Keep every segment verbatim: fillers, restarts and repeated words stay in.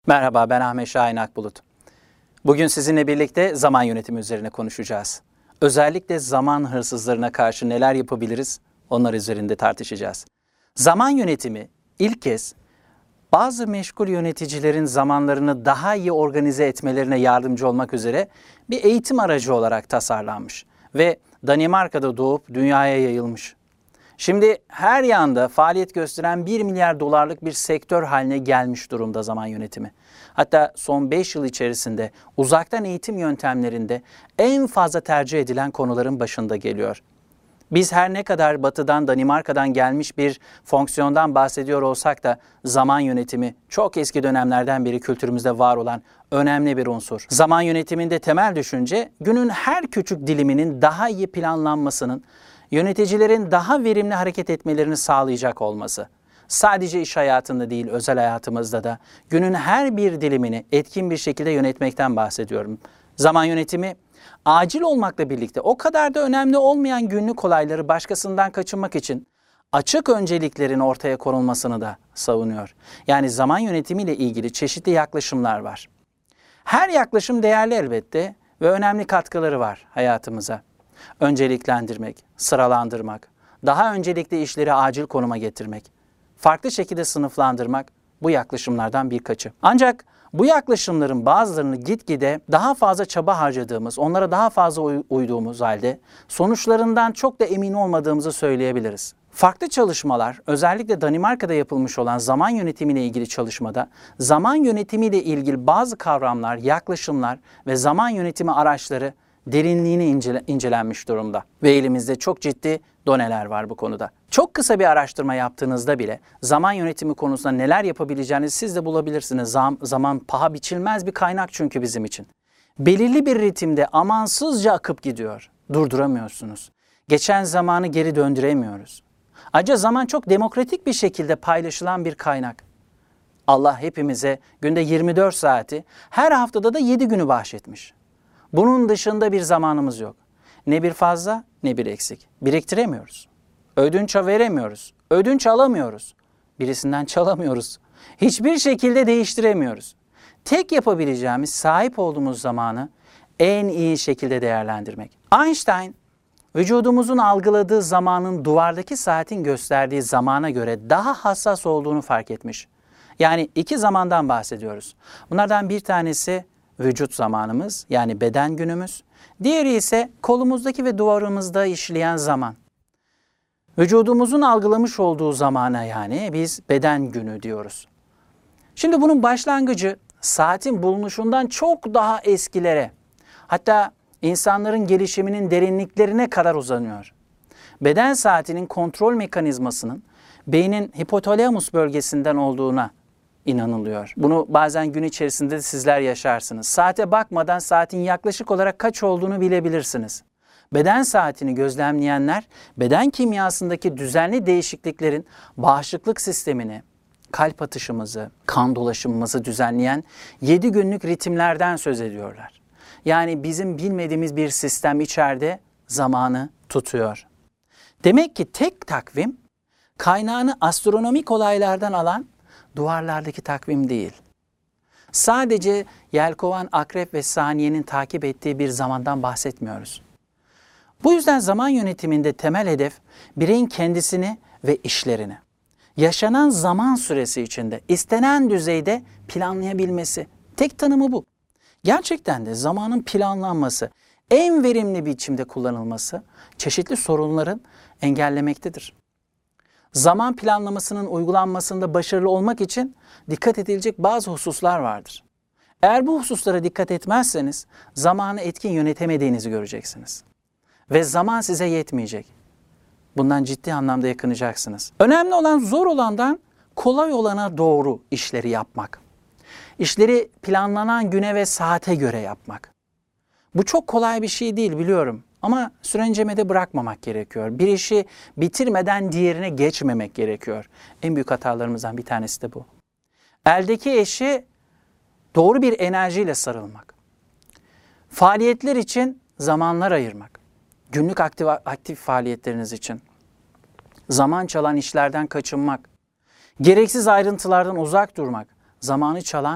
Merhaba, ben Ahmet Şahin Akbulut. Bugün sizinle birlikte zaman yönetimi üzerine konuşacağız. Özellikle zaman hırsızlarına karşı neler yapabiliriz, onlar üzerinde tartışacağız. Zaman yönetimi ilk kez bazı meşgul yöneticilerin zamanlarını daha iyi organize etmelerine yardımcı olmak üzere bir eğitim aracı olarak tasarlanmış ve Danimarka'da doğup dünyaya yayılmış. Şimdi her yanda faaliyet gösteren bir milyar dolarlık bir sektör haline gelmiş durumda zaman yönetimi. Hatta son beş yıl içerisinde uzaktan eğitim yöntemlerinde en fazla tercih edilen konuların başında geliyor. Biz her ne kadar Batı'dan, Danimarka'dan gelmiş bir fonksiyondan bahsediyor olsak da zaman yönetimi çok eski dönemlerden beri kültürümüzde var olan önemli bir unsur. Zaman yönetiminde temel düşünce günün her küçük diliminin daha iyi planlanmasının, yöneticilerin daha verimli hareket etmelerini sağlayacak olması. Sadece iş hayatında değil, özel hayatımızda da günün her bir dilimini etkin bir şekilde yönetmekten bahsediyorum. Zaman yönetimi, acil olmakla birlikte o kadar da önemli olmayan günlük olayları başkasından kaçınmak için açık önceliklerin ortaya konulmasını da savunuyor. Yani zaman yönetimiyle ilgili çeşitli yaklaşımlar var. Her yaklaşım değerli elbette ve önemli katkıları var hayatımıza. Önceliklendirmek, sıralandırmak, daha öncelikli işleri acil konuma getirmek, farklı şekilde sınıflandırmak bu yaklaşımlardan birkaçı. Ancak bu yaklaşımların bazılarını gitgide daha fazla çaba harcadığımız, onlara daha fazla uyduğumuz halde sonuçlarından çok da emin olmadığımızı söyleyebiliriz. Farklı çalışmalar, özellikle Danimarka'da yapılmış olan zaman yönetimiyle ilgili çalışmada, zaman yönetimiyle ilgili bazı kavramlar, yaklaşımlar ve zaman yönetimi araçları derinliğine incele, incelenmiş durumda. Ve elimizde çok ciddi doneler var bu konuda. Çok kısa bir araştırma yaptığınızda bile zaman yönetimi konusunda neler yapabileceğinizi siz de bulabilirsiniz. Zam, zaman paha biçilmez bir kaynak çünkü bizim için. Belirli bir ritimde amansızca akıp gidiyor. Durduramıyorsunuz. Geçen zamanı geri döndüremiyoruz. Ayrıca zaman çok demokratik bir şekilde paylaşılan bir kaynak. Allah hepimize günde yirmi dört saati, her haftada da yedi günü bahşetmiş. Bunun dışında bir zamanımız yok. Ne bir fazla ne bir eksik. Biriktiremiyoruz. Ödünç veremiyoruz. Ödünç alamıyoruz. Birisinden çalamıyoruz. Hiçbir şekilde değiştiremiyoruz. Tek yapabileceğimiz sahip olduğumuz zamanı en iyi şekilde değerlendirmek. Einstein, vücudumuzun algıladığı zamanın duvardaki saatin gösterdiği zamana göre daha hassas olduğunu fark etmiş. Yani iki zamandan bahsediyoruz. Bunlardan bir tanesi vücut zamanımız, yani beden günümüz. Diğeri ise kolumuzdaki ve duvarımızda işleyen zaman. Vücudumuzun algılamış olduğu zamana yani biz beden günü diyoruz. Şimdi bunun başlangıcı saatin bulunuşundan çok daha eskilere, hatta insanların gelişiminin derinliklerine kadar uzanıyor. Beden saatinin kontrol mekanizmasının beynin hipotalamus bölgesinden olduğuna inanılıyor. Bunu bazen gün içerisinde de sizler yaşarsınız. Saate bakmadan saatin yaklaşık olarak kaç olduğunu bilebilirsiniz. Beden saatini gözlemleyenler, beden kimyasındaki düzenli değişikliklerin bağışıklık sistemini, kalp atışımızı, kan dolaşımımızı düzenleyen yedi günlük ritimlerden söz ediyorlar. Yani bizim bilmediğimiz bir sistem içeride zamanı tutuyor. Demek ki tek takvim, kaynağını astronomik olaylardan alan duvarlardaki takvim değil. Sadece yelkovan, akrep ve saniyenin takip ettiği bir zamandan bahsetmiyoruz. Bu yüzden zaman yönetiminde temel hedef bireyin kendisini ve işlerini yaşanan zaman süresi içinde istenen düzeyde planlayabilmesi. Tek tanımı bu. Gerçekten de zamanın planlanması, en verimli biçimde kullanılması çeşitli sorunların engellemektedir. Zaman planlamasının uygulanmasında başarılı olmak için dikkat edilecek bazı hususlar vardır. Eğer bu hususlara dikkat etmezseniz zamanı etkin yönetemediğinizi göreceksiniz. Ve zaman size yetmeyecek. Bundan ciddi anlamda yakınacaksınız. Önemli olan zor olandan kolay olana doğru işleri yapmak. İşleri planlanan güne ve saate göre yapmak. Bu çok kolay bir şey değil biliyorum. Ama sürencemede bırakmamak gerekiyor. Bir işi bitirmeden diğerine geçmemek gerekiyor. En büyük hatalarımızdan bir tanesi de bu. Eldeki eşe doğru bir enerjiyle sarılmak. Faaliyetler için zamanlar ayırmak. Günlük aktif, aktif faaliyetleriniz için. Zaman çalan işlerden kaçınmak. Gereksiz ayrıntılardan uzak durmak. Zamanı çalan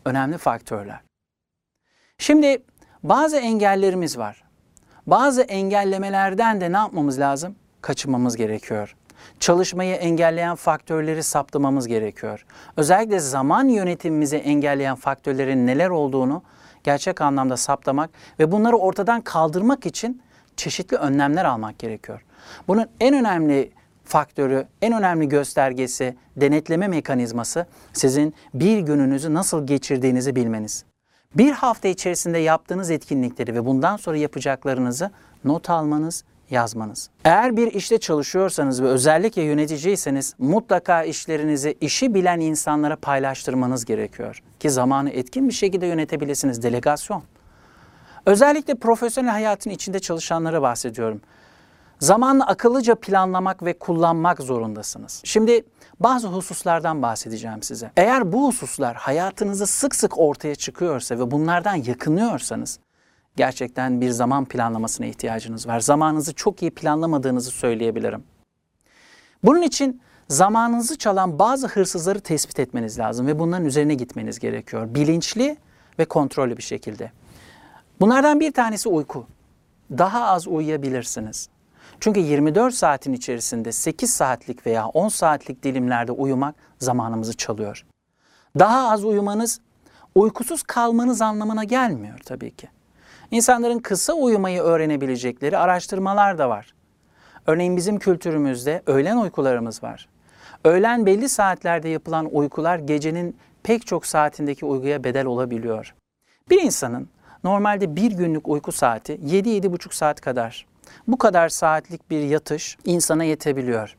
önemli faktörler. Şimdi bazı engellerimiz var. Bazı engellemelerden de ne yapmamız lazım? Kaçınmamız gerekiyor. Çalışmayı engelleyen faktörleri saptamamız gerekiyor. Özellikle zaman yönetimimizi engelleyen faktörlerin neler olduğunu gerçek anlamda saptamak ve bunları ortadan kaldırmak için çeşitli önlemler almak gerekiyor. Bunun en önemli faktörü, en önemli göstergesi, denetleme mekanizması sizin bir gününüzü nasıl geçirdiğinizi bilmeniz. Bir hafta içerisinde yaptığınız etkinlikleri ve bundan sonra yapacaklarınızı not almanız, yazmanız. Eğer bir işte çalışıyorsanız ve özellikle yöneticiyseniz mutlaka işlerinizi işi bilen insanlara paylaştırmanız gerekiyor. Ki zamanı etkin bir şekilde yönetebilirsiniz. Delegasyon. Özellikle profesyonel hayatın içinde çalışanlara bahsediyorum. Zamanı akıllıca planlamak ve kullanmak zorundasınız. Şimdi bazı hususlardan bahsedeceğim size. Eğer bu hususlar hayatınızda sık sık ortaya çıkıyorsa ve bunlardan yakınıyorsanız gerçekten bir zaman planlamasına ihtiyacınız var. Zamanınızı çok iyi planlamadığınızı söyleyebilirim. Bunun için zamanınızı çalan bazı hırsızları tespit etmeniz lazım ve bunların üzerine gitmeniz gerekiyor. Bilinçli ve kontrollü bir şekilde. Bunlardan bir tanesi uyku. Daha az uyuyabilirsiniz. Çünkü yirmi dört saatin içerisinde sekiz saatlik veya on saatlik dilimlerde uyumak zamanımızı çalıyor. Daha az uyumanız uykusuz kalmanız anlamına gelmiyor tabii ki. İnsanların kısa uyumayı öğrenebilecekleri araştırmalar da var. Örneğin bizim kültürümüzde öğlen uykularımız var. Öğlen belli saatlerde yapılan uykular gecenin pek çok saatindeki uykuya bedel olabiliyor. Bir insanın normalde bir günlük uyku saati yedi yedi buçuk saat kadar. Bu kadar saatlik bir yatış insana yetebiliyor.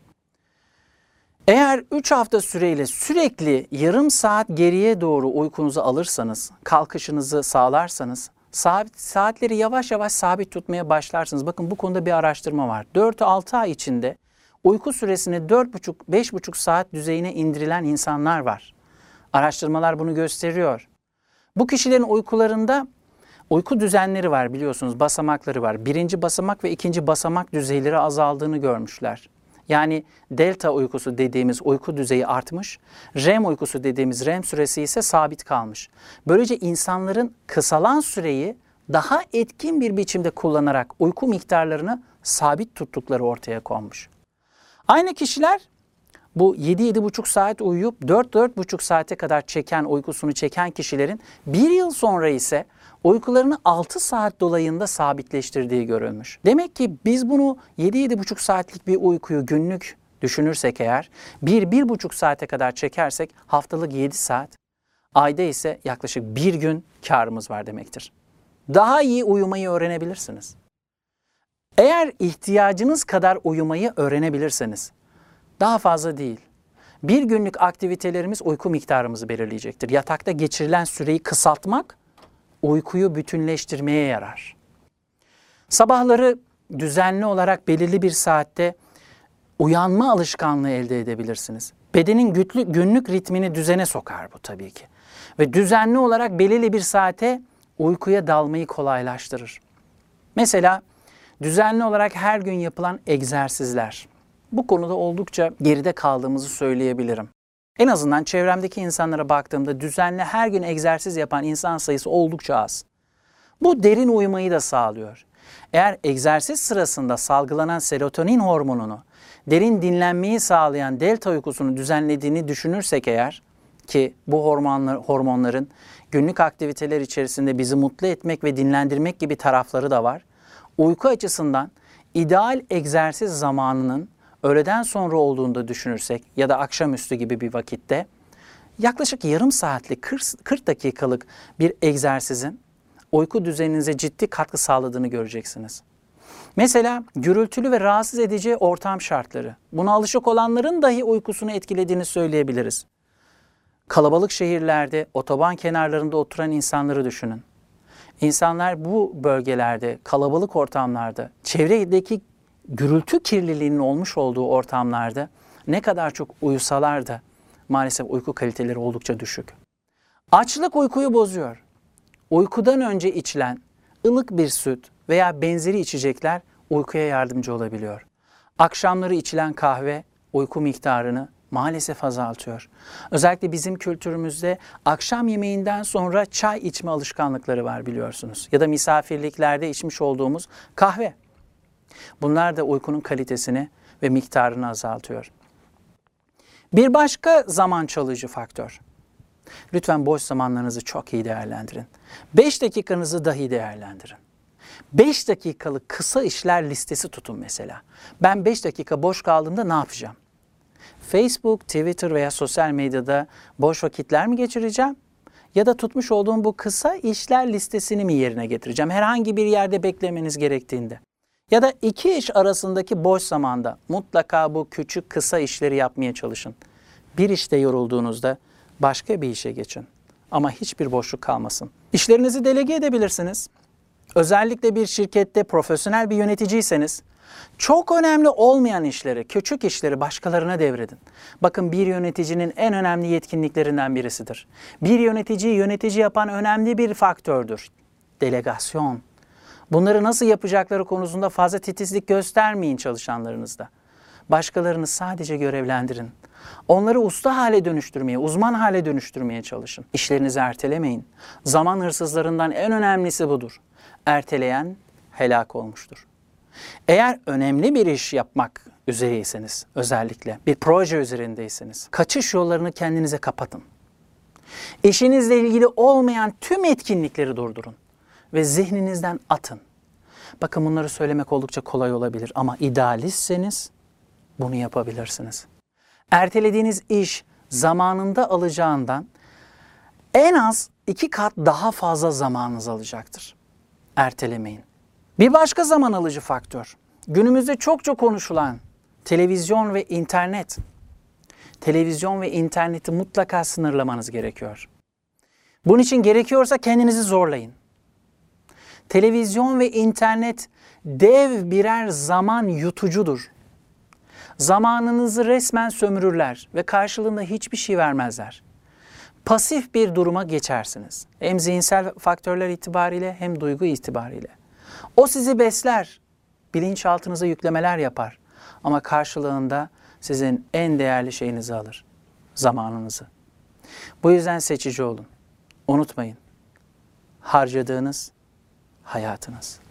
Eğer üç hafta süreyle sürekli yarım saat geriye doğru uykunuzu alırsanız, kalkışınızı sağlarsanız, sabit, saatleri yavaş yavaş sabit tutmaya başlarsınız. Bakın bu konuda bir araştırma var. dört altı ay içinde uyku süresini dört buçuk beş buçuk saat düzeyine indirilen insanlar var. Araştırmalar bunu gösteriyor. Bu kişilerin uykularında uyku düzenleri var biliyorsunuz, basamakları var. Birinci basamak ve ikinci basamak düzeyleri azaldığını görmüşler. Yani delta uykusu dediğimiz uyku düzeyi artmış, R E M uykusu dediğimiz R E M süresi ise sabit kalmış. Böylece insanların kısalan süreyi daha etkin bir biçimde kullanarak uyku miktarlarını sabit tuttukları ortaya konmuş. Aynı kişiler bu yedi yedi buçuk saat uyuyup dört dört buçuk saate kadar çeken uykusunu çeken kişilerin bir yıl sonra ise uykularını altı saat dolayında sabitleştirdiği görülmüş. Demek ki biz bunu yedi yedi buçuk saatlik bir uykuyu günlük düşünürsek eğer bir bir buçuk saate kadar çekersek haftalık yedi saat, ayda ise yaklaşık bir gün karımız var demektir. Daha iyi uyumayı öğrenebilirsiniz. Eğer ihtiyacınız kadar uyumayı öğrenebilirseniz, daha fazla değil, bir günlük aktivitelerimiz uyku miktarımızı belirleyecektir. Yatakta geçirilen süreyi kısaltmak, uykuyu bütünleştirmeye yarar. Sabahları düzenli olarak belirli bir saatte uyanma alışkanlığı elde edebilirsiniz. Bedenin günlük, günlük ritmini düzene sokar bu tabii ki. Ve düzenli olarak belirli bir saate uykuya dalmayı kolaylaştırır. Mesela düzenli olarak her gün yapılan egzersizler. Bu konuda oldukça geride kaldığımızı söyleyebilirim. En azından çevremdeki insanlara baktığımda düzenli her gün egzersiz yapan insan sayısı oldukça az. Bu derin uyumayı da sağlıyor. Eğer egzersiz sırasında salgılanan serotonin hormonunu, derin dinlenmeyi sağlayan delta uykusunu düzenlediğini düşünürsek eğer, ki bu hormonlar, hormonların günlük aktiviteler içerisinde bizi mutlu etmek ve dinlendirmek gibi tarafları da var. Uyku açısından ideal egzersiz zamanının öğleden sonra olduğunda düşünürsek ya da akşamüstü gibi bir vakitte yaklaşık yarım saatlik kırk dakikalık bir egzersizin uyku düzeninize ciddi katkı sağladığını göreceksiniz. Mesela gürültülü ve rahatsız edici ortam şartları. Buna alışık olanların dahi uykusunu etkilediğini söyleyebiliriz. Kalabalık şehirlerde, otoban kenarlarında oturan insanları düşünün. İnsanlar bu bölgelerde, kalabalık ortamlarda, çevredeki gürültü kirliliğinin olmuş olduğu ortamlarda ne kadar çok uyusalar da maalesef uyku kaliteleri oldukça düşük. Açlık uykuyu bozuyor. Uykudan önce içilen ılık bir süt veya benzeri içecekler uykuya yardımcı olabiliyor. Akşamları içilen kahve uyku miktarını maalesef azaltıyor. Özellikle bizim kültürümüzde akşam yemeğinden sonra çay içme alışkanlıkları var biliyorsunuz. Ya da misafirliklerde içmiş olduğumuz kahve. Bunlar da uykunun kalitesini ve miktarını azaltıyor. Bir başka zaman çalıcı faktör. Lütfen boş zamanlarınızı çok iyi değerlendirin. beş dakikanızı dahi değerlendirin. beş dakikalık kısa işler listesi tutun mesela. Ben beş dakika boş kaldığımda ne yapacağım? Facebook, Twitter veya sosyal medyada boş vakitler mi geçireceğim? Ya da tutmuş olduğum bu kısa işler listesini mi yerine getireceğim? Herhangi bir yerde beklemeniz gerektiğinde. Ya da iki iş arasındaki boş zamanda mutlaka bu küçük kısa işleri yapmaya çalışın. Bir işte yorulduğunuzda başka bir işe geçin. Ama hiçbir boşluk kalmasın. İşlerinizi delege edebilirsiniz. Özellikle bir şirkette profesyonel bir yöneticiyseniz çok önemli olmayan işleri, küçük işleri başkalarına devredin. Bakın bir yöneticinin en önemli yetkinliklerinden birisidir. Bir yöneticiyi yönetici yapan önemli bir faktördür. Delegasyon. Bunları nasıl yapacakları konusunda fazla titizlik göstermeyin çalışanlarınızda. Başkalarını sadece görevlendirin. Onları usta hale dönüştürmeye, uzman hale dönüştürmeye çalışın. İşlerinizi ertelemeyin. Zaman hırsızlarından en önemlisi budur. Erteleyen helak olmuştur. Eğer önemli bir iş yapmak üzereyseniz, özellikle bir proje üzerindeyseniz, kaçış yollarını kendinize kapatın. İşinizle ilgili olmayan tüm etkinlikleri durdurun ve zihninizden atın. Bakın bunları söylemek oldukça kolay olabilir ama idealistseniz bunu yapabilirsiniz. Ertelediğiniz iş zamanında alacağından en az iki kat daha fazla zamanınız alacaktır. Ertelemeyin. Bir başka zaman alıcı faktör, günümüzde çokça konuşulan televizyon ve internet. Televizyon ve interneti mutlaka sınırlamanız gerekiyor. Bunun için gerekiyorsa kendinizi zorlayın. Televizyon ve internet dev birer zaman yutucudur. Zamanınızı resmen sömürürler ve karşılığında hiçbir şey vermezler. Pasif bir duruma geçersiniz. Hem zihinsel faktörler itibariyle hem duygu itibariyle. O sizi besler, bilinçaltınıza yüklemeler yapar. Ama karşılığında sizin en değerli şeyinizi alır, zamanınızı. Bu yüzden seçici olun. Unutmayın, harcadığınız hayatınız.